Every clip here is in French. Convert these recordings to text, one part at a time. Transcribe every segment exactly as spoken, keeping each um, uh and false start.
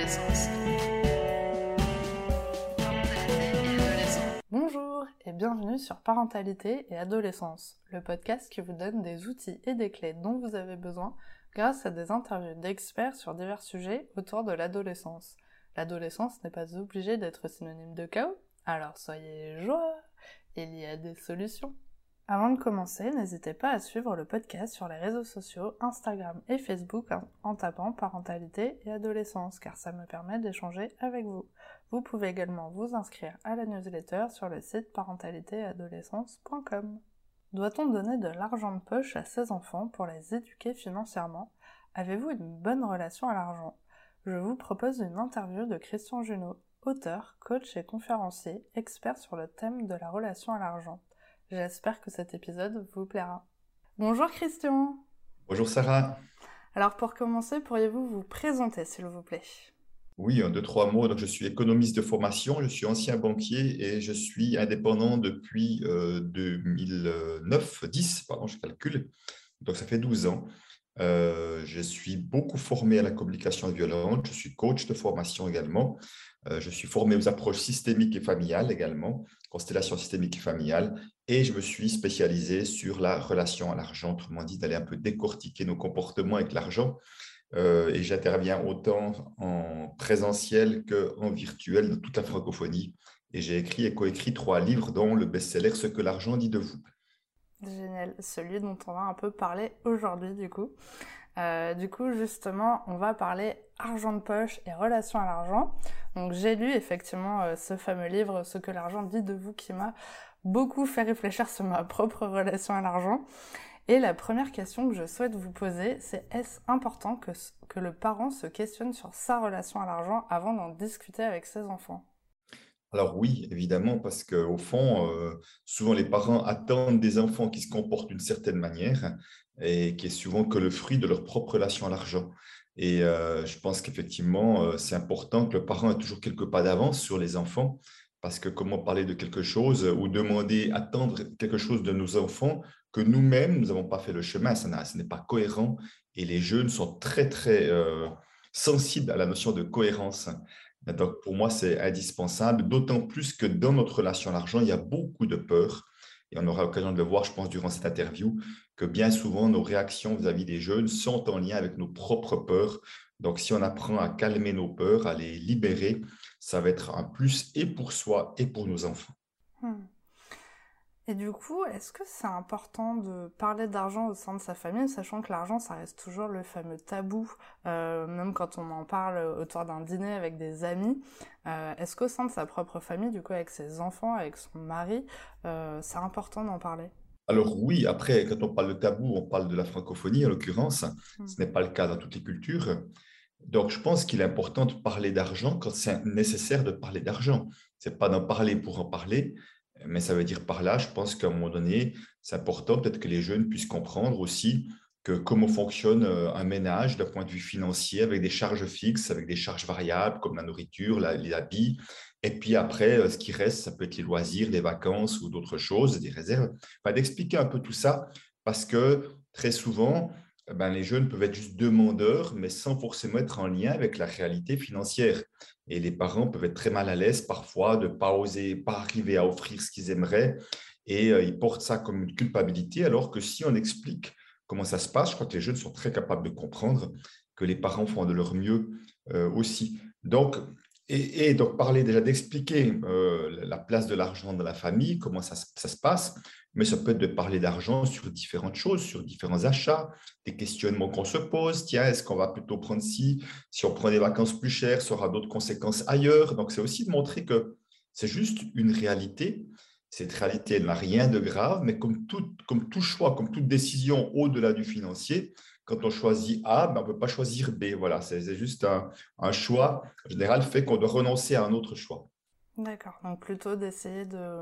adolescence. Parentalité et adolescence. Bonjour et bienvenue sur Parentalité et Adolescence, le podcast qui vous donne des outils et des clés dont vous avez besoin grâce à des interviews d'experts sur divers sujets autour de l'adolescence. L'adolescence n'est pas obligée d'être synonyme de chaos, alors soyez joie, il y a des solutions. Avant de commencer, n'hésitez pas à suivre le podcast sur les réseaux sociaux, Instagram et Facebook en tapant Parentalité et Adolescence, car ça me permet d'échanger avec vous. Vous pouvez également vous inscrire à la newsletter sur le site parentalité et adolescence point com. Doit-on donner de l'argent de poche à ses enfants pour les éduquer financièrement ? Avez-vous une bonne relation à l'argent ? Je vous propose une interview de Christian Junot, auteur, coach et conférencier, expert sur le thème de la relation à l'argent. J'espère que cet épisode vous plaira. Bonjour Christian. Bonjour Sarah. Alors pour commencer, pourriez-vous vous présenter s'il vous plaît ? Oui, en deux, trois mots. Donc, je suis économiste de formation, je suis ancien banquier et je suis indépendant depuis euh, deux mille neuf, dix, pardon, je calcule. Donc, ça fait douze ans. Euh, je suis beaucoup formé à la communication violente. Je suis coach de formation également. Euh, je suis formé aux approches systémiques et familiales également, constellation systémique et familiale. Et je me suis spécialisé sur la relation à l'argent, autrement dit, d'aller un peu décortiquer nos comportements avec l'argent. Euh, et j'interviens autant en présentiel qu'en virtuel dans toute la francophonie. Et j'ai écrit et coécrit trois livres, dont le best-seller « Ce que l'argent dit de vous ». Génial, celui dont on va un peu parler aujourd'hui du coup. Euh, du coup, justement, on va parler argent de poche et relation à l'argent. Donc j'ai lu effectivement euh, ce fameux livre « Ce que l'argent dit de vous » qui m'a beaucoup fait réfléchir sur ma propre relation à l'argent. Et la première question que je souhaite vous poser, c'est est-ce important que, que le parent se questionne sur sa relation à l'argent avant d'en discuter avec ses enfants ? Alors oui, évidemment, parce qu'au fond, euh, souvent les parents attendent des enfants qui se comportent d'une certaine manière et qui est souvent que le fruit de leur propre relation à l'argent. Et euh, je pense qu'effectivement, euh, c'est important que le parent ait toujours quelques pas d'avance sur les enfants, parce que comment parler de quelque chose ou demander, attendre quelque chose de nos enfants que nous-mêmes, nous n'avons pas fait le chemin, ça n'a- ce n'est pas cohérent. Et les jeunes sont très, très euh, sensibles à la notion de cohérence. Donc, pour moi, c'est indispensable, d'autant plus que dans notre relation à l'argent, il y a beaucoup de peur. Et on aura l'occasion de le voir, je pense, durant cette interview, que bien souvent, nos réactions vis-à-vis des jeunes sont en lien avec nos propres peurs. Donc, si on apprend à calmer nos peurs, à les libérer, ça va être un plus et pour soi et pour nos enfants. Hmm. Et du coup, est-ce que c'est important de parler d'argent au sein de sa famille, sachant que l'argent, ça reste toujours le fameux tabou, euh, même quand on en parle autour d'un dîner avec des amis. Euh, est-ce qu'au sein de sa propre famille, du coup, avec ses enfants, avec son mari, euh, c'est important d'en parler ? Alors oui, après, quand on parle de tabou, on parle de la francophonie en l'occurrence. Hmm. Ce n'est pas le cas dans toutes les cultures. Donc, je pense qu'il est important de parler d'argent quand c'est nécessaire de parler d'argent. Ce n'est pas d'en parler pour en parler, mais ça veut dire par là, je pense qu'à un moment donné, c'est important peut-être que les jeunes puissent comprendre aussi que comment fonctionne euh, un ménage d'un point de vue financier avec des charges fixes, avec des charges variables comme la nourriture, la- les habits. Et puis après, euh, ce qui reste, ça peut être les loisirs, les vacances ou d'autres choses, des réserves. Enfin, d'expliquer un peu tout ça parce que très souvent, eh ben, les jeunes peuvent être juste demandeurs, mais sans forcément être en lien avec la réalité financière. Et les parents peuvent être très mal à l'aise parfois de ne pas oser, pas arriver à offrir ce qu'ils aimeraient. Et euh, ils portent ça comme une culpabilité, alors que si on explique comment ça se passe, je crois que les jeunes sont très capables de comprendre que les parents font de leur mieux euh, aussi. Donc, et, et donc, parler déjà d'expliquer euh, la place de l'argent dans la famille, comment ça, ça se passe, mais ça peut être de parler d'argent sur différentes choses, sur différents achats, des questionnements qu'on se pose. Tiens, est-ce qu'on va plutôt prendre ci? Si on prend des vacances plus chères, ça aura d'autres conséquences ailleurs. Donc, c'est aussi de montrer que c'est juste une réalité. Cette réalité, elle n'a rien de grave, mais comme tout, comme tout choix, comme toute décision au-delà du financier, quand on choisit A, ben on ne peut pas choisir B. Voilà, c'est c'est juste un, un choix. En général, fait qu'on doit renoncer à un autre choix. D'accord, donc plutôt d'essayer de...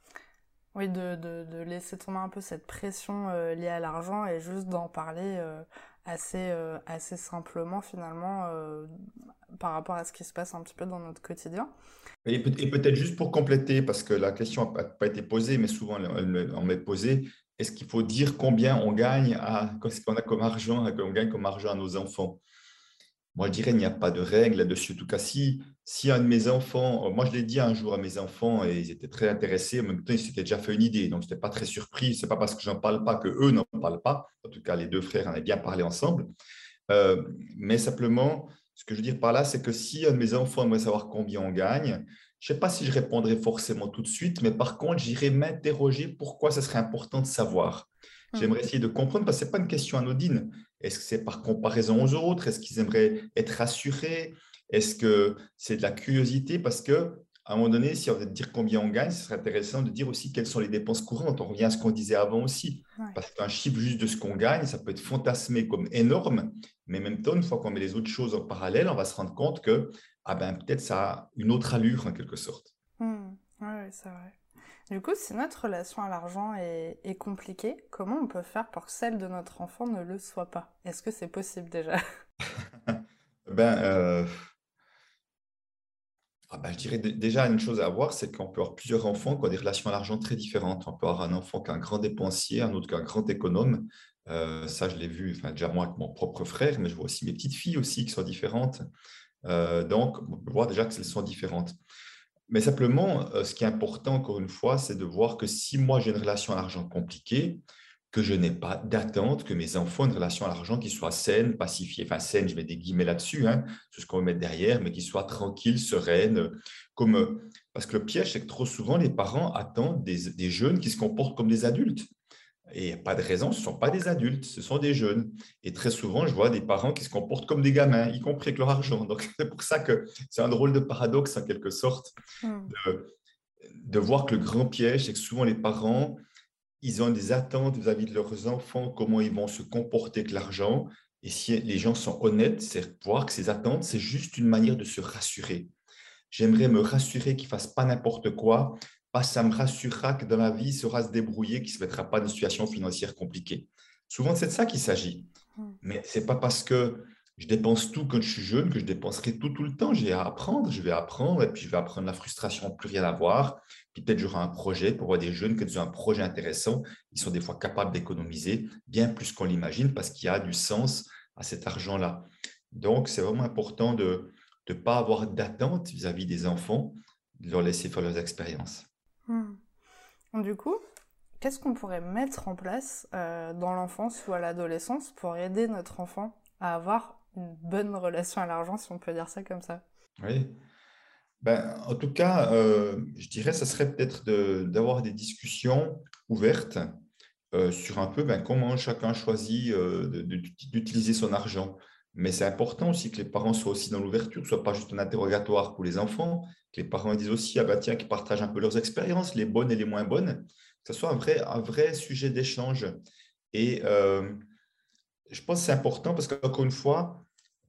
Oui, de, de, de laisser tomber un peu cette pression euh, liée à l'argent et juste d'en parler euh, assez, euh, assez simplement finalement euh, par rapport à ce qui se passe un petit peu dans notre quotidien. Et peut- et peut-être juste pour compléter, parce que la question n'a pas été posée, mais souvent elle me- on m'est posée, est-ce qu'il faut dire combien on gagne à, qu'est-ce qu'on a comme argent, qu'on gagne comme argent à nos enfants? moi, je dirais qu'il n'y a pas de règle là-dessus. En tout cas, si, si un de mes enfants, moi, je l'ai dit un jour à mes enfants et ils étaient très intéressés, en même temps, ils s'étaient déjà fait une idée. Donc, je n'étais pas très surpris. Ce n'est pas parce que je n'en parle pas qu'eux n'en parlent pas. En tout cas, les deux frères en avaient bien parlé ensemble. Euh, mais simplement, ce que je veux dire par là, c'est que si un de mes enfants aimerait savoir combien on gagne, je ne sais pas si je répondrai forcément tout de suite, mais par contre, j'irai m'interroger pourquoi ce serait important de savoir. Hmm. J'aimerais essayer de comprendre parce que ce n'est pas une question anodine. Est-ce que c'est par comparaison aux autres? Est-ce qu'ils aimeraient être rassurés? Est-ce que c'est de la curiosité? Parce que à un moment donné, si on veut dire combien on gagne, ce serait intéressant de dire aussi quelles sont les dépenses courantes. On revient à ce qu'on disait avant aussi. Ouais. Parce qu'un chiffre juste de ce qu'on gagne, ça peut être fantasmé comme énorme, mais en même temps, une fois qu'on met les autres choses en parallèle, on va se rendre compte que ah ben, peut-être ça a une autre allure en quelque sorte. Hmm. Ouais, ouais, c'est vrai. Du coup, si notre relation à l'argent est, est compliquée, comment on peut faire pour que celle de notre enfant ne le soit pas? Est-ce que c'est possible déjà? Ben, euh, ah ben, je dirais d- déjà une chose à voir, c'est qu'on peut avoir plusieurs enfants qui ont des relations à l'argent très différentes. On peut avoir un enfant qui est un grand dépensier, un autre qui est un grand économe. Euh, ça, je l'ai vu, enfin, déjà moi avec mon propre frère, mais je vois aussi mes petites filles aussi qui sont différentes. Euh, donc, on peut voir déjà qu'elles sont différentes. Mais simplement, euh, ce qui est important, encore une fois, c'est de voir que si moi j'ai une relation à l'argent compliquée, que je n'ai pas d'attente, que mes enfants aient une relation à l'argent qui soit saine, pacifiée, enfin saine, je mets des guillemets là-dessus, hein, c'est ce qu'on va mettre derrière, mais qui soit tranquille, sereine, euh, comme, euh, parce que le piège, c'est que trop souvent, les parents attendent des, des jeunes qui se comportent comme des adultes. Et pas de raison, ce ne sont pas des adultes, ce sont des jeunes. Et très souvent, je vois des parents qui se comportent comme des gamins, y compris avec leur argent. Donc, c'est pour ça que c'est un drôle de paradoxe, en quelque sorte, Hmm. de, de voir que le grand piège, c'est que souvent les parents, ils ont des attentes vis-à-vis de leurs enfants, comment ils vont se comporter avec l'argent. Et si les gens sont honnêtes, c'est voir que ces attentes, c'est juste une manière de se rassurer. J'aimerais me rassurer qu'il ne fasse pas n'importe quoi, parce que ça me rassurera que dans la vie, il saura se débrouiller, qu'il ne se mettra pas dans une situation financière compliquée. Souvent, c'est de ça qu'il s'agit. Hmm. Mais ce n'est pas parce que je dépense tout quand je suis jeune que je dépenserai tout tout le temps. J'ai à apprendre, je vais apprendre, et puis je vais apprendre la frustration, plus rien à voir. Puis peut-être j'aurai un projet pour voir des jeunes qui ont un projet intéressant. Ils sont des fois capables d'économiser bien plus qu'on l'imagine parce qu'il y a du sens à cet argent-là. Donc, c'est vraiment important de ne pas avoir d'attente vis-à-vis des enfants, de leur laisser faire leurs expériences. Hmm. Du coup, qu'est-ce qu'on pourrait mettre en place euh, dans l'enfance ou à l'adolescence pour aider notre enfant à avoir une bonne relation à l'argent, si on peut dire ça comme ça? Oui. Ben, en tout cas, euh, je dirais que ce serait peut-être de- d'avoir des discussions ouvertes euh, sur un peu ben, comment chacun choisit euh, de- de- d'utiliser son argent. Mais c'est important aussi que les parents soient aussi dans l'ouverture, que ce soit pas juste un interrogatoire pour les enfants, que les parents disent aussi, ah ben tiens, qu'ils partagent un peu leurs expériences, les bonnes et les moins bonnes, que ce soit un vrai, un vrai sujet d'échange. Et euh, je pense que c'est important parce qu'encore une fois,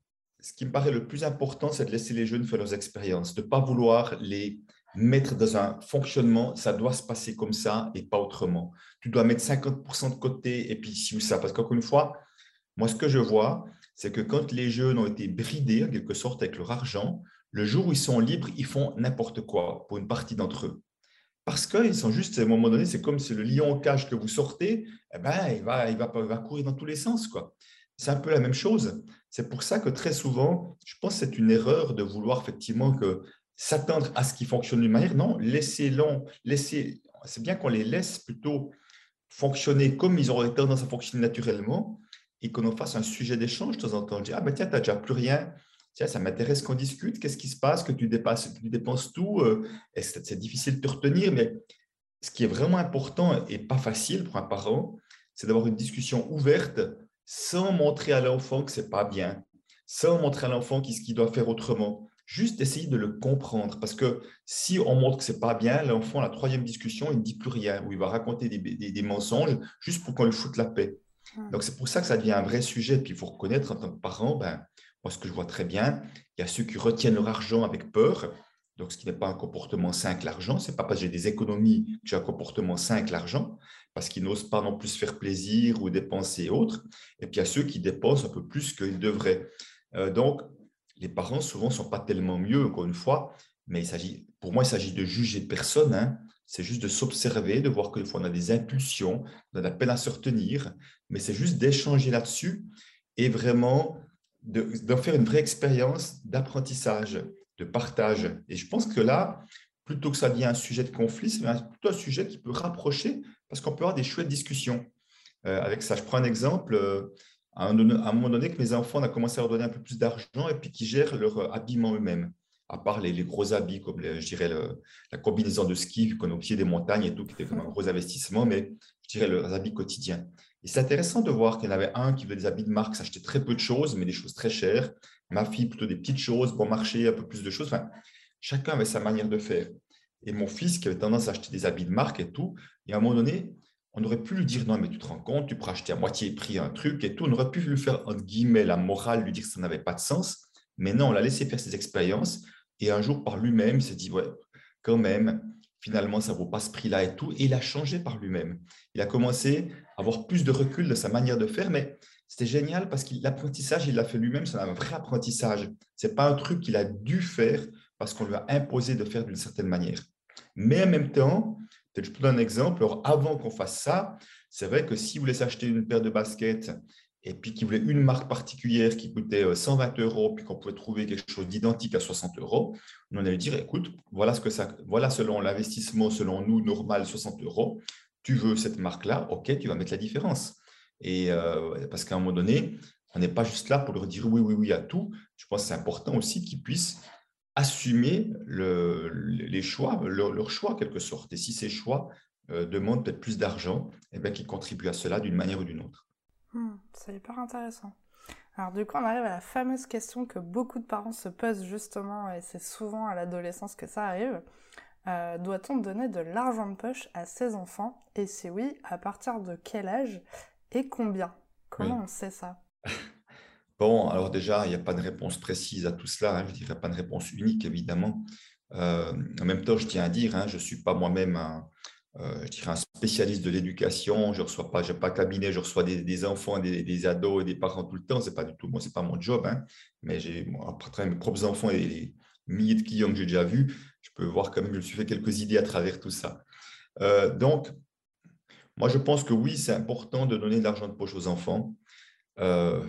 ce qui me paraît le plus important, c'est de laisser les jeunes faire leurs expériences, de ne pas vouloir les mettre dans un fonctionnement, ça doit se passer comme ça et pas autrement. Tu dois mettre cinquante pour cent de côté et puis ci ou ça. Parce qu'encore une fois, moi, ce que je vois, c'est que quand les jeunes ont été bridés, en quelque sorte, avec leur argent, le jour où ils sont libres, ils font n'importe quoi pour une partie d'entre eux. Parce qu'ils sont juste, à un moment donné, c'est comme si le lion en cage que vous sortez, eh ben, il va, il va, il va courir dans tous les sens, quoi. C'est un peu la même chose. C'est pour ça que très souvent, je pense que c'est une erreur de vouloir effectivement que s'attendre à ce qui fonctionne d'une manière. Non, laissez-les, laissez, c'est bien qu'on les laisse plutôt fonctionner comme ils auraient tendance à fonctionner naturellement et qu'on en fasse un sujet d'échange de temps en temps. Je dis, ah ben tiens, tu n'as déjà plus rien. Tiens, ça m'intéresse qu'on discute. Qu'est-ce qui se passe, que tu, dépasses, que tu dépenses tout? euh, C'est difficile de te retenir, mais ce qui est vraiment important et pas facile pour un parent, c'est d'avoir une discussion ouverte sans montrer à l'enfant que c'est pas bien, sans montrer à l'enfant ce qu'il doit faire autrement. Juste essayer de le comprendre. Parce que si on montre que c'est pas bien, l'enfant, la troisième discussion, il ne dit plus rien, ou il va raconter des, des, des mensonges juste pour qu'on lui foute la paix. Hmm. Donc, c'est pour ça que ça devient un vrai sujet. Puis, il faut reconnaître en tant que parent, ben, moi, ce que je vois très bien, il y a ceux qui retiennent leur argent avec peur. Donc, ce qui n'est pas un comportement sain avec l'argent. Ce n'est pas parce que j'ai des économies que j'ai un comportement sain avec l'argent, parce qu'ils n'osent pas non plus se faire plaisir ou dépenser et autres. Et puis, il y a ceux qui dépensent un peu plus qu'ils devraient. Euh, donc, les parents, souvent, ne sont pas tellement mieux, encore une fois, mais il s'agit, pour moi, il s'agit de juger personne. Hein. C'est juste de s'observer, de voir que des fois, on a des impulsions, on a de la peine à se retenir, mais c'est juste d'échanger là-dessus et vraiment de, d'en faire une vraie expérience d'apprentissage, de partage. Et je pense que là, plutôt que ça devient un sujet de conflit, c'est plutôt un sujet qui peut rapprocher parce qu'on peut avoir des chouettes discussions. Euh, avec ça, je prends un exemple. euh, à, un, à un moment donné, que mes enfants, on a commencé à leur donner un peu plus d'argent et puis qu'ils gèrent leur euh, habillement eux-mêmes. À part les, les gros habits, comme les- je dirais le- la combinaison de ski, vu qu'on est au pied des montagnes et tout, qui était comme un gros investissement, mais je dirais leurs habits quotidiens. Et c'est intéressant de voir qu'il y en avait un qui voulait des habits de marque, s'achetait très peu de choses, mais des choses très chères. Ma fille, plutôt des petites choses, bon marché, un peu plus de choses. Enfin, chacun avait sa manière de faire. Et mon fils, qui avait tendance à acheter des habits de marque et tout, et à un moment donné, on aurait pu lui dire non, mais tu te rends compte, tu pourrais acheter à moitié prix un truc et tout. On aurait pu lui faire, entre guillemets, la morale, lui dire que ça n'avait pas de sens. Mais non, on l'a laissé faire ses expériences. Et un jour, par lui-même, il s'est dit, ouais, quand même, finalement, ça ne vaut pas ce prix-là et tout. Et il a changé par lui-même. Il a commencé à avoir plus de recul de sa manière de faire, mais c'était génial parce que l'apprentissage, il l'a fait lui-même, c'est un vrai apprentissage. Ce n'est pas un truc qu'il a dû faire parce qu'on lui a imposé de faire d'une certaine manière. Mais en même temps, peut-être je te donne un exemple, alors avant qu'on fasse ça, c'est vrai que si vous voulez s'acheter une paire de baskets et puis qu'il voulait une marque particulière qui coûtait cent vingt euros, puis qu'on pouvait trouver quelque chose d'identique à soixante euros, on allait dire, écoute, voilà ce que ça, voilà selon l'investissement, selon nous, normal, soixante euros, tu veux cette marque-là, ok, tu vas mettre la différence. Et euh, parce qu'à un moment donné, on n'est pas juste là pour leur dire oui, oui, oui à tout. Je pense que c'est important aussi qu'ils puissent assumer le, les choix, leur, leur choix en quelque sorte. Et si ces choix euh, demandent peut-être plus d'argent, eh bien, qu'ils contribuent à cela d'une manière ou d'une autre. Hmm, c'est hyper intéressant. Alors du coup, on arrive à la fameuse question que beaucoup de parents se posent justement, et c'est souvent à l'adolescence que ça arrive. Euh, doit-on donner de l'argent de poche à ses enfants? Et si oui, à partir de quel âge et combien? Comment Oui. on sait ça? Bon, alors déjà, il n'y a pas de réponse précise à tout cela. Hein. Je dirais pas de réponse unique, évidemment. Euh, en même temps, je tiens à dire, hein, je ne suis pas moi-même un, euh, je dirais un spécialiste de l'éducation. Je reçois pas, j'ai pas cabinet, je reçois des, des enfants, des, des ados et des parents tout le temps. C'est pas du tout, moi, c'est pas mon job. Hein. Mais j'ai, moi, à travers mes propres enfants et les milliers de clients que j'ai déjà vus, je peux voir quand même, je me suis fait quelques idées à travers tout ça. Euh, donc, moi, je pense que oui, c'est important de donner de l'argent de poche aux enfants. Euh,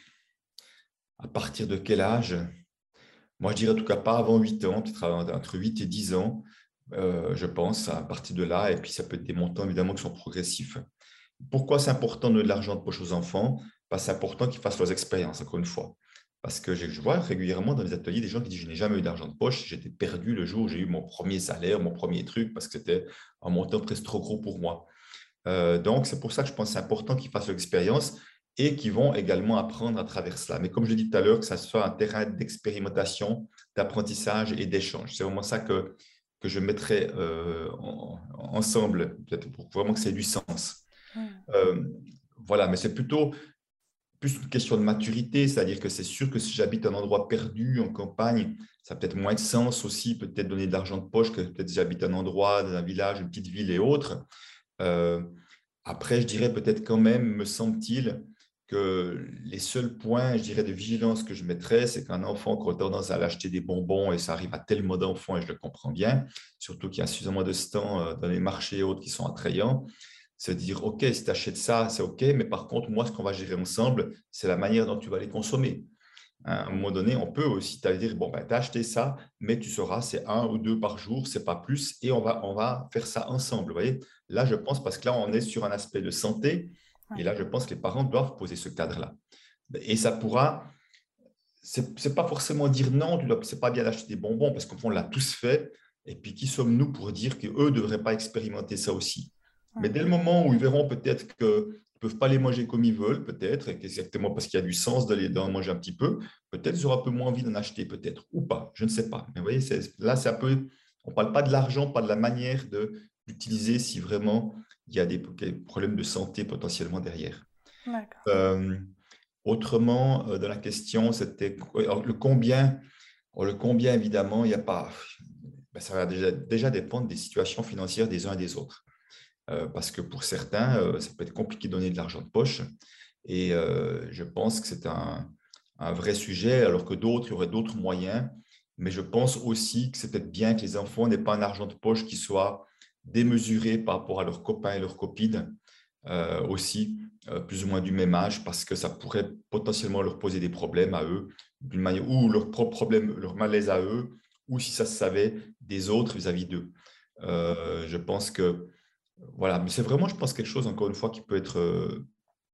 à partir de quel âge? Moi, je dirais en tout cas pas avant huit ans, peut-être entre huit et dix ans, euh, je pense, à partir de là. Et puis, ça peut être des montants, évidemment, qui sont progressifs. Pourquoi c'est important de donner de l'argent de poche aux enfants? Parce que c'est important qu'ils fassent leurs expériences, encore une fois. Parce que je vois régulièrement dans les ateliers des gens qui disent, je n'ai jamais eu d'argent de poche, j'étais perdu le jour où j'ai eu mon premier salaire, mon premier truc, parce que c'était un montant presque trop gros pour moi. Euh, donc, c'est pour ça que je pense que c'est important qu'ils fassent l'expérience et qu'ils vont également apprendre à travers cela. Mais comme je l'ai dit tout à l'heure, que ça soit un terrain d'expérimentation, d'apprentissage et d'échange. C'est vraiment ça que, que je mettrais euh, en, ensemble, peut-être pour vraiment que ça ait du sens. Hmm. Euh, voilà, mais c'est plutôt plus une question de maturité, c'est-à-dire que c'est sûr que si j'habite un endroit perdu en campagne, ça a peut-être moins de sens aussi, peut-être donner de l'argent de poche que peut-être si j'habite un endroit, dans un village, une petite ville et autres. Euh, Après, je dirais peut-être quand même, me semble-t-il, que les seuls points, je dirais, de vigilance que je mettrais, c'est qu'un enfant qui a tendance à l'acheter des bonbons, et ça arrive à tellement d'enfants, et je le comprends bien, surtout qu'il y a suffisamment de stands dans les marchés et autres qui sont attrayants, c'est de dire, OK, si tu achètes ça, c'est OK, mais par contre, moi, ce qu'on va gérer ensemble, c'est la manière dont tu vas les consommer. À un moment donné, on peut aussi te dire, bon, ben, tu as acheté ça, mais tu sauras, c'est un ou deux par jour, c'est pas plus, et on va, on va faire ça ensemble. Vous voyez? Là, je pense, parce que là, on est sur un aspect de santé, et Ouais. là, je pense que les parents doivent poser ce cadre-là. Et ça pourra, c'est n'est pas forcément dire non, tu n'est pas bien d'acheter des bonbons, parce qu'on l'a tous fait, et puis qui sommes-nous pour dire qu'eux ne devraient pas expérimenter ça aussi? Mais Ouais. dès le moment où ils verront peut-être qu'ils ne peuvent pas les manger comme ils veulent, peut-être, et exactement parce qu'il y a du sens d'aller d'en manger un petit peu, peut-être ils auront un peu moins envie d'en acheter, peut-être, ou pas, je ne sais pas. Mais vous voyez, c'est- là, c'est un peu, on ne parle pas de l'argent, pas de la manière de l'utiliser si vraiment il y a des, des problèmes de santé potentiellement derrière. D'accord. Euh, Autrement, euh, dans la question, c'était alors, le combien. Alors, le combien, évidemment, il n'y a pas. Ben, ça va déjà, déjà dépendre des situations financières des uns et des autres. Euh, parce que pour certains, euh, ça peut être compliqué de donner de l'argent de poche. Et euh, je pense que c'est un, un vrai sujet, alors que d'autres, il y aurait d'autres moyens. Mais je pense aussi que c'est peut-être bien que les enfants n'aient pas un argent de poche qui soit démesuré par rapport à leurs copains et leurs copines. euh, aussi, euh, plus ou moins du même âge, parce que ça pourrait potentiellement leur poser des problèmes à eux, d'une manière, ou leur propre problème, leur malaise à eux, ou si ça se savait des autres vis-à-vis d'eux. Euh, je pense que, voilà, mais c'est vraiment, je pense, quelque chose, encore une fois, qui peut être euh,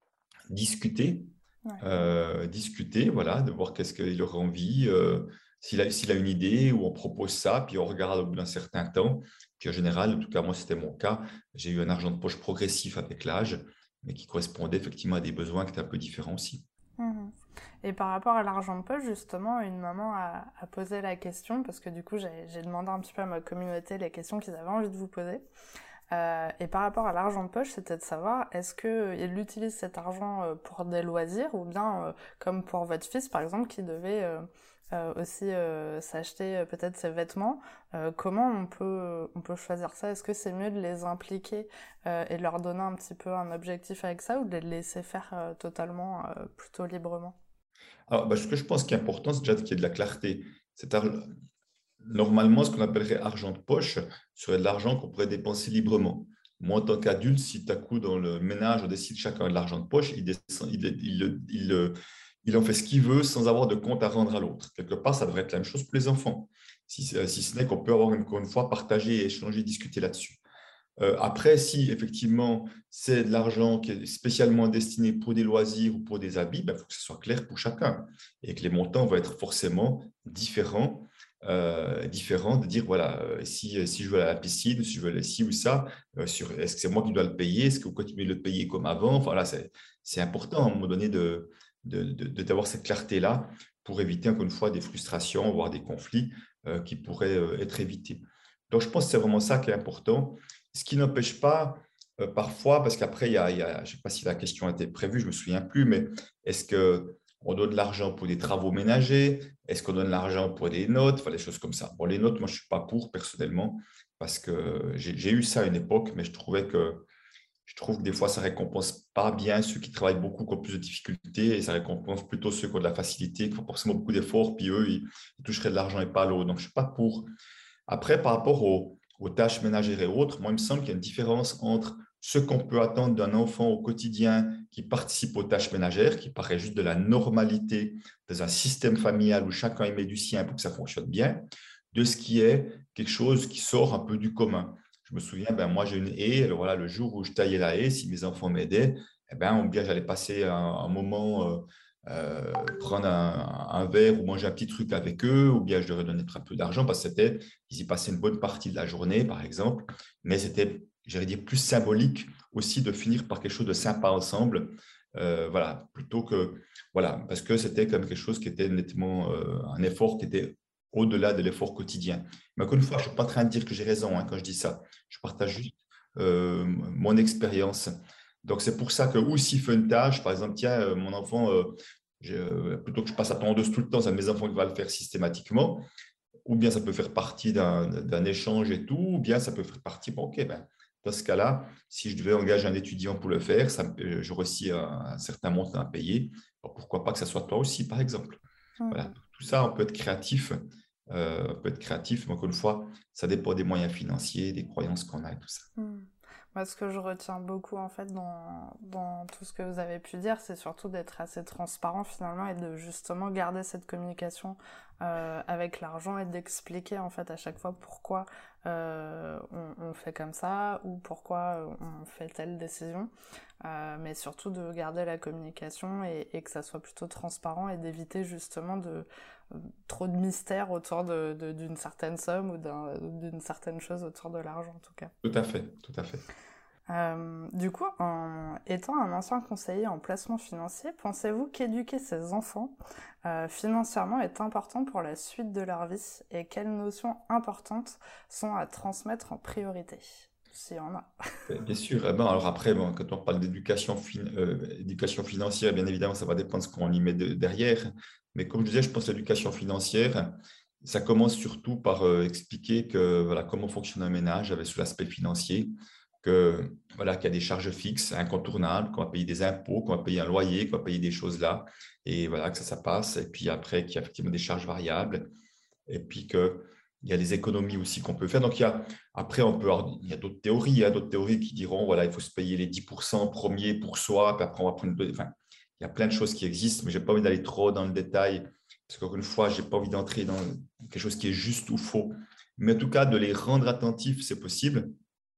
discuté, Ouais. euh, discuter, voilà, de voir qu'est-ce qu'il aurait envie, euh, s'il a, s'il a une idée, ou on propose ça, puis on regarde au bout d'un certain temps. Puis en général, en tout cas, moi, c'était mon cas, j'ai eu un argent de poche progressif avec l'âge, mais qui correspondait effectivement à des besoins qui étaient un peu différents aussi. Mhm. Et par rapport à l'argent de poche, justement, une maman a, a posé la question, parce que du coup, j'ai j'ai demandé un petit peu à ma communauté les questions qu'ils avaient envie de vous poser. Euh, et par rapport à l'argent de poche, c'était de savoir, est-ce qu'il utilise cet argent euh, pour des loisirs, ou bien, euh, comme pour votre fils, par exemple, qui devait euh, euh, aussi euh, s'acheter euh, peut-être ses vêtements, euh, comment on peut, on peut choisir ça? Est-ce que c'est mieux de les impliquer euh, et de leur donner un petit peu un objectif avec ça, ou de les laisser faire euh, totalement, euh, plutôt librement? Alors, bah, ce que je pense qui est important, c'est déjà qu'il y ait de la clarté. C'est ar- Normalement, ce qu'on appellerait argent de poche serait de l'argent qu'on pourrait dépenser librement. Moi, en tant qu'adulte, si tout à coup, dans le ménage, on décide chacun de l'argent de poche, il, descend- il, il- il- il en fait ce qu'il veut sans avoir de compte à rendre à l'autre. Quelque part, ça devrait être la même chose pour les enfants, si, si ce n'est qu'on peut avoir une, encore une fois partager, échanger, discuter là-dessus. Euh, après, si effectivement c'est de l'argent qui est spécialement destiné pour des loisirs ou pour des habits, il ben, faut que ce soit clair pour chacun et que les montants vont être forcément différents. Euh, différents de dire voilà, euh, si, si je veux aller à la piscine, si je veux aller ci ou ça, euh, sur, est-ce que c'est moi qui dois le payer, est-ce que vous continuez de le payer comme avant, enfin là c'est, c'est important à un moment donné de, de, de, de- d'avoir cette clarté-là pour éviter encore une fois des frustrations, voire des conflits euh, qui pourraient euh, être évités. Donc je pense que c'est vraiment ça qui est important. Ce qui n'empêche pas, euh, parfois, parce qu'après, il y a, il y a- je ne sais pas si la question a été prévue, je ne me souviens plus, mais est-ce qu'on donne de l'argent pour des travaux ménagers? Est-ce qu'on donne de l'argent pour des notes? Enfin, des choses comme ça. Bon, les notes, moi, je ne suis pas pour personnellement, parce que j'ai j'ai eu ça à une époque, mais je trouvais que je trouve que des fois, ça récompense pas bien ceux qui travaillent beaucoup, qui ont plus de difficultés, et ça récompense plutôt ceux qui ont de la facilité, qui font forcément beaucoup d'efforts, puis eux, ils, ils toucheraient de l'argent et pas l'autre. Donc, je ne suis pas pour. Après, par rapport aux, aux tâches ménagères et autres, moi, il me semble qu'il y a une différence entre ce qu'on peut attendre d'un enfant au quotidien qui participe aux tâches ménagères, qui paraît juste de la normalité dans un système familial où chacun y met du sien pour que ça fonctionne bien, de ce qui est quelque chose qui sort un peu du commun. Je me souviens, ben, moi j'ai une haie, alors voilà, le jour où je taillais la haie, si mes enfants m'aidaient, eh ben, bien j'allais passer un, un moment, euh, euh, prendre un, un verre ou manger un petit truc avec eux, ou bien je leur ai donné un peu d'argent parce que c'était ils y passaient une bonne partie de la journée, par exemple, mais c'était, j'allais dire, plus symbolique aussi de finir par quelque chose de sympa ensemble, euh, voilà, plutôt que, voilà, parce que c'était comme quelque chose qui était nettement euh, un effort qui était au-delà de l'effort quotidien. Mais encore une fois, je ne suis pas en train de dire que j'ai raison hein, quand je dis ça. Je partage juste euh, mon expérience. Donc, c'est pour ça que, ou s'il fait une tâche, par exemple, tiens, euh, mon enfant, euh, je, plutôt que je passe à tondeuse tout le temps, c'est mes enfants qui vont le faire systématiquement, ou bien ça peut faire partie d'un d'un échange et tout, ou bien ça peut faire partie, bon, ok, ben, dans ce cas-là, si je devais engager un étudiant pour le faire, ça me- j'aurais aussi un, un certain montant à payer. Alors, pourquoi pas que ça soit toi aussi, par exemple. Voilà, Mhm. tout ça, on peut être créatif, euh, on peut être créatif, mais encore une fois, ça dépend des moyens financiers, des croyances qu'on a et tout ça. Hmm. Moi, ce que je retiens beaucoup en fait dans, dans tout ce que vous avez pu dire, c'est surtout d'être assez transparent finalement et de justement garder cette communication euh, avec l'argent et d'expliquer en fait à chaque fois pourquoi euh, on, on fait comme ça ou pourquoi on fait telle décision. Euh, mais surtout de garder la communication et, et que ça soit plutôt transparent et d'éviter justement de trop de mystère autour de, de- d'une certaine somme ou d'un- d'une certaine chose autour de l'argent en tout cas. Tout à fait, tout à fait. Euh, du coup, en étant un ancien conseiller en placement financier, pensez-vous qu'éduquer ses enfants euh, financièrement est important pour la suite de leur vie et quelles notions importantes sont à transmettre en priorité, s'il y en a? Bien sûr. Eh ben, alors après, bon, quand on parle d'éducation fin- euh, éducation financière, bien évidemment, ça va dépendre de ce qu'on y met de- derrière. Mais comme je disais, je pense que l'éducation financière, ça commence surtout par euh, expliquer que, voilà, comment fonctionne un ménage avec sous l'aspect financier, que, voilà, qu'il y a des charges fixes, incontournables, qu'on va payer des impôts, qu'on va payer un loyer, qu'on va payer des choses là, et voilà, que ça, ça passe. Et puis après, qu'il y a effectivement des charges variables, et puis que il y a les économies aussi qu'on peut faire. Donc, il y a, après, on peut avoir, il y a d'autres théories, hein, d'autres théories qui diront, voilà, il faut se payer les dix pour cent premiers pour soi, puis après, on va prendre... Enfin, il y a plein de choses qui existent, mais je n'ai pas envie d'aller trop dans le détail, parce qu'encore une fois, je n'ai pas envie d'entrer dans quelque chose qui est juste ou faux. Mais en tout cas, de les rendre attentifs, c'est possible.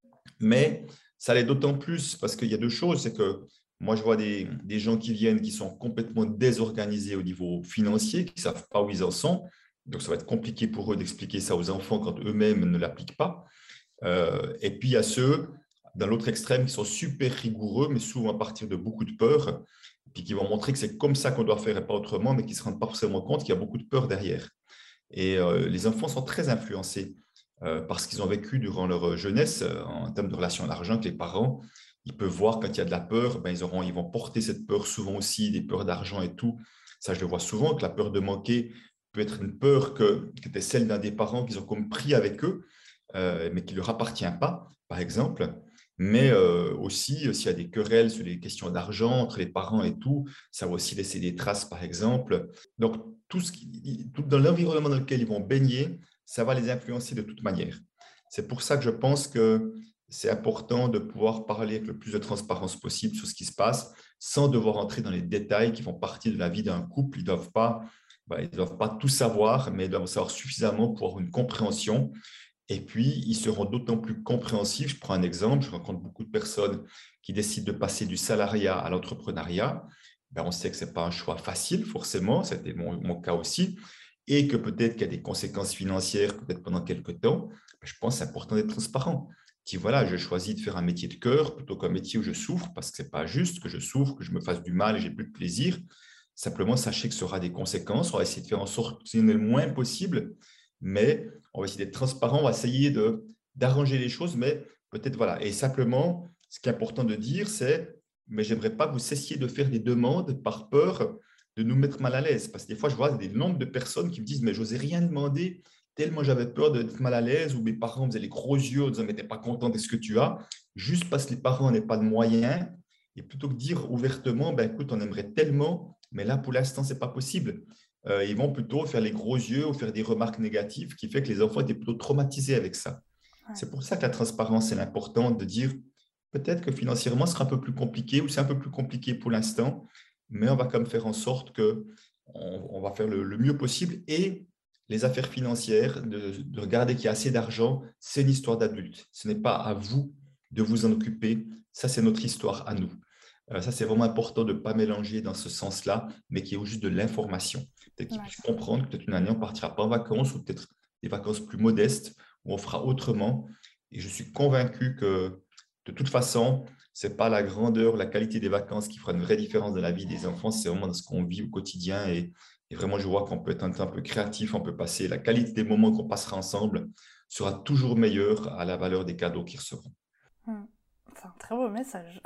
Mais ça l'est d'autant plus parce qu'il y a deux choses. C'est que moi, je vois des, des gens qui viennent qui sont complètement désorganisés au niveau financier, qui ne savent pas où ils en sont. Donc, ça va être compliqué pour eux d'expliquer ça aux enfants quand eux-mêmes ne l'appliquent pas. Euh, et puis, il y a ceux, dans l'autre extrême, qui sont super rigoureux, mais souvent à partir de beaucoup de peur, puis qui vont montrer que c'est comme ça qu'on doit faire et pas autrement, mais qui ne se rendent pas forcément compte qu'il y a beaucoup de peur derrière. Et euh, les enfants sont très influencés euh, par ce qu'ils ont vécu durant leur jeunesse euh, en termes de relation à l'argent avec les parents. Ils peuvent voir quand il y a de la peur, ben, ils, auront, ils vont porter cette peur souvent aussi, des peurs d'argent et tout. Ça, je le vois souvent, que la peur de manquer peut être une peur que, qui était celle d'un des parents qu'ils ont comme pris avec eux, euh, mais qui ne leur appartient pas, par exemple. Mais euh, aussi, euh, s'il y a des querelles sur les questions d'argent entre les parents et tout, ça va aussi laisser des traces, par exemple. Donc, tout ce qui, tout dans l'environnement dans lequel ils vont baigner, ça va les influencer de toute manière. C'est pour ça que je pense que c'est important de pouvoir parler avec le plus de transparence possible sur ce qui se passe, sans devoir entrer dans les détails qui font partie de la vie d'un couple. Ils ne doivent pas, bah, ils doivent pas tout savoir, mais ils doivent savoir suffisamment pour avoir une compréhension. Et puis, ils seront d'autant plus compréhensifs. Je prends un exemple, je rencontre beaucoup de personnes qui décident de passer du salariat à l'entrepreneuriat. Ben, on sait que ce n'est pas un choix facile, forcément, c'était mon, mon cas aussi, et que peut-être qu'il y a des conséquences financières, peut-être pendant quelques temps. Ben, je pense que c'est important d'être transparent. Dis, voilà, je choisis de faire un métier de cœur plutôt qu'un métier où je souffre, parce que ce n'est pas juste que je souffre, que je me fasse du mal et j'ai plus de plaisir. Simplement, sachez que ça aura des conséquences. On va essayer de faire en sorte que ce n'est le moins possible, mais on va essayer d'être transparent, on va essayer de, d'arranger les choses, mais peut-être voilà. Et simplement, ce qui est important de dire, c'est, mais j'aimerais pas que vous cessiez de faire des demandes par peur de nous mettre mal à l'aise. Parce que des fois, je vois des nombres de personnes qui me disent, mais j'osais rien demander, tellement j'avais peur d'être mal à l'aise, ou mes parents faisaient les gros yeux en disant, mais t'es pas content de ce que tu as, juste parce que les parents n'ont pas de moyens. Et plutôt que de dire ouvertement, ben, écoute, on aimerait tellement, mais là, pour l'instant, ce n'est pas possible. Euh, ils vont plutôt faire les gros yeux ou faire des remarques négatives qui fait que les enfants étaient plutôt traumatisés avec ça. Ouais. C'est pour ça que la transparence est importante de dire peut-être que financièrement, ce sera un peu plus compliqué ou c'est un peu plus compliqué pour l'instant, mais on va quand même faire en sorte que on, on va faire le, le mieux possible. Et les affaires financières, de, de regarder qu'il y a assez d'argent, c'est une histoire d'adulte. Ce n'est pas à vous de vous en occuper. Ça, c'est notre histoire à nous. Euh, ça, c'est vraiment important de ne pas mélanger dans ce sens-là, mais qu'il y ait juste de l'information. Peut-être qu'ils Ouais. puissent comprendre que peut-être une année, on ne partira pas en vacances ou peut-être des vacances plus modestes où on fera autrement. Et je suis convaincu que de toute façon, ce n'est pas la grandeur, la qualité des vacances qui fera une vraie différence dans la vie des enfants, c'est vraiment dans ce qu'on vit au quotidien. Et, et vraiment, je vois qu'on peut être un, un peu créatif, on peut passer, la qualité des moments qu'on passera ensemble sera toujours meilleure à la valeur des cadeaux qu'ils recevront. Hmm. C'est un très beau message.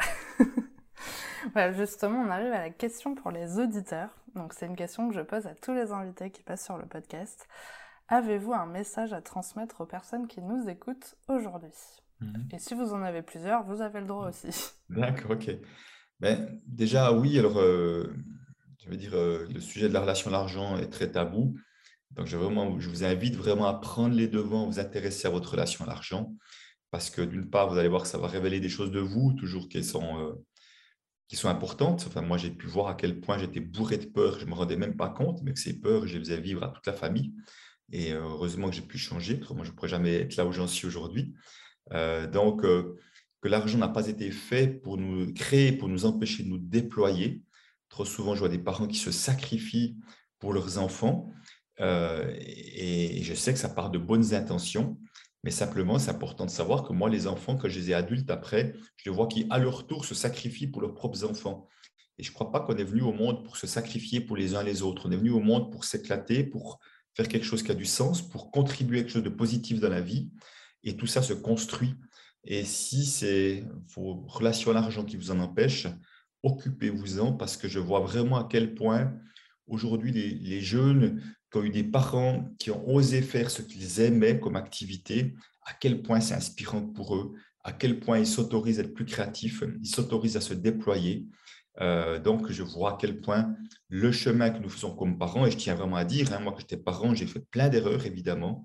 Voilà, justement, on arrive à la question pour les auditeurs. Donc, c'est une question que je pose à tous les invités qui passent sur le podcast. Avez-vous un message à transmettre aux personnes qui nous écoutent aujourd'hui ? Mmh. Et si vous en avez plusieurs, vous avez le droit aussi. D'accord, ok. Ben, déjà, oui, alors, euh, je veux dire, euh, le sujet de la relation à l'argent est très tabou. Donc, je, vraiment, je vous invite vraiment à prendre les devants, vous intéresser à votre relation à l'argent. Parce que d'une part, vous allez voir que ça va révéler des choses de vous, toujours qui sont, euh, qui sont importantes. Enfin, moi, j'ai pu voir à quel point j'étais bourré de peur, je ne me rendais même pas compte, mais que ces peurs, je les faisais vivre à toute la famille. Et euh, heureusement que j'ai pu changer, autrement je ne pourrais jamais être là où j'en suis aujourd'hui. Euh, donc, euh, que l'argent n'a pas été fait pour nous créer, pour nous empêcher de nous déployer. Trop souvent, je vois des parents qui se sacrifient pour leurs enfants. Euh, et, et je sais que ça part de bonnes intentions. Mais simplement, c'est important de savoir que moi, les enfants, quand je les ai adultes après, je les vois qui, à leur tour, se sacrifient pour leurs propres enfants. Et je ne crois pas qu'on est venu au monde pour se sacrifier pour les uns les autres. On est venu au monde pour s'éclater, pour faire quelque chose qui a du sens, pour contribuer à quelque chose de positif dans la vie. Et tout ça se construit. Et si c'est vos relations à l'argent qui vous en empêchent, occupez-vous-en parce que je vois vraiment à quel point aujourd'hui les, les jeunes qui ont eu des parents qui ont osé faire ce qu'ils aimaient comme activité, à quel point c'est inspirant pour eux, à quel point ils s'autorisent à être plus créatifs, ils s'autorisent à se déployer. Euh, donc, je vois à quel point le chemin que nous faisons comme parents, et je tiens vraiment à dire, hein, moi, quand j'étais parent, j'ai fait plein d'erreurs, évidemment,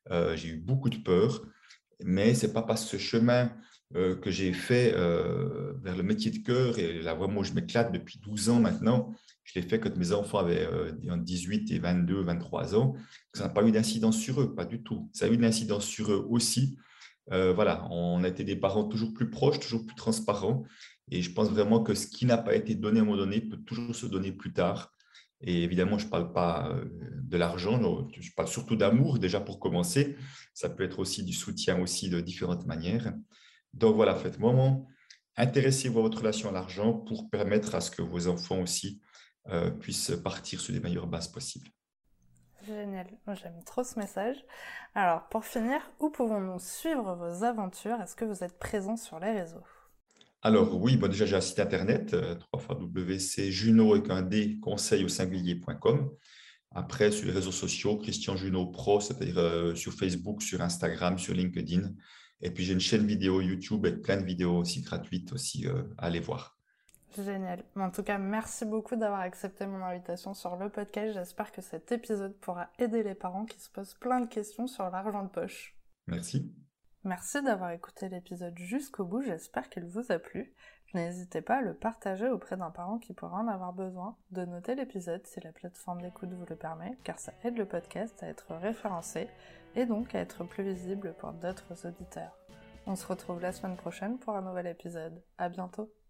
Euh, j'ai eu beaucoup de peur, mais ce n'est pas par ce chemin euh, que j'ai fait euh, vers le métier de cœur et là vraiment où je m'éclate depuis douze ans maintenant. Je l'ai fait quand mes enfants avaient euh, dix-huit et vingt-deux, vingt-trois ans. Ça n'a pas eu d'incidence sur eux, pas du tout. Ça a eu une incidence sur eux aussi. Euh, voilà, on a été des parents toujours plus proches, toujours plus transparents. Et je pense vraiment que ce qui n'a pas été donné à un moment donné peut toujours se donner plus tard. Et évidemment, je ne parle pas euh, de l'argent, je parle surtout d'amour déjà pour commencer. Ça peut être aussi du soutien aussi de différentes manières. Donc voilà, faites vraiment intéressez-vous à votre relation à l'argent pour permettre à ce que vos enfants aussi euh, puissent partir sur les meilleures bases possibles. Génial, moi j'aime trop ce message. Alors pour finir, où pouvons-nous suivre vos aventures? Est-ce que vous êtes présent sur les réseaux? Alors oui, bon, déjà j'ai un site internet, euh, w w w point c juno avec un d conseil au singulier point com. Après, sur les réseaux sociaux, Christian Junot Pro, c'est-à-dire euh, sur Facebook, sur Instagram, sur LinkedIn. Et puis j'ai une chaîne vidéo YouTube avec plein de vidéos aussi gratuites aussi euh, à aller voir. Génial. En tout cas, merci beaucoup d'avoir accepté mon invitation sur le podcast. J'espère que cet épisode pourra aider les parents qui se posent plein de questions sur l'argent de poche. Merci. Merci d'avoir écouté l'épisode jusqu'au bout, j'espère qu'il vous a plu. N'hésitez pas à le partager auprès d'un parent qui pourra en avoir besoin, de noter l'épisode si la plateforme d'écoute vous le permet, car ça aide le podcast à être référencé et donc à être plus visible pour d'autres auditeurs. On se retrouve la semaine prochaine pour un nouvel épisode. À bientôt!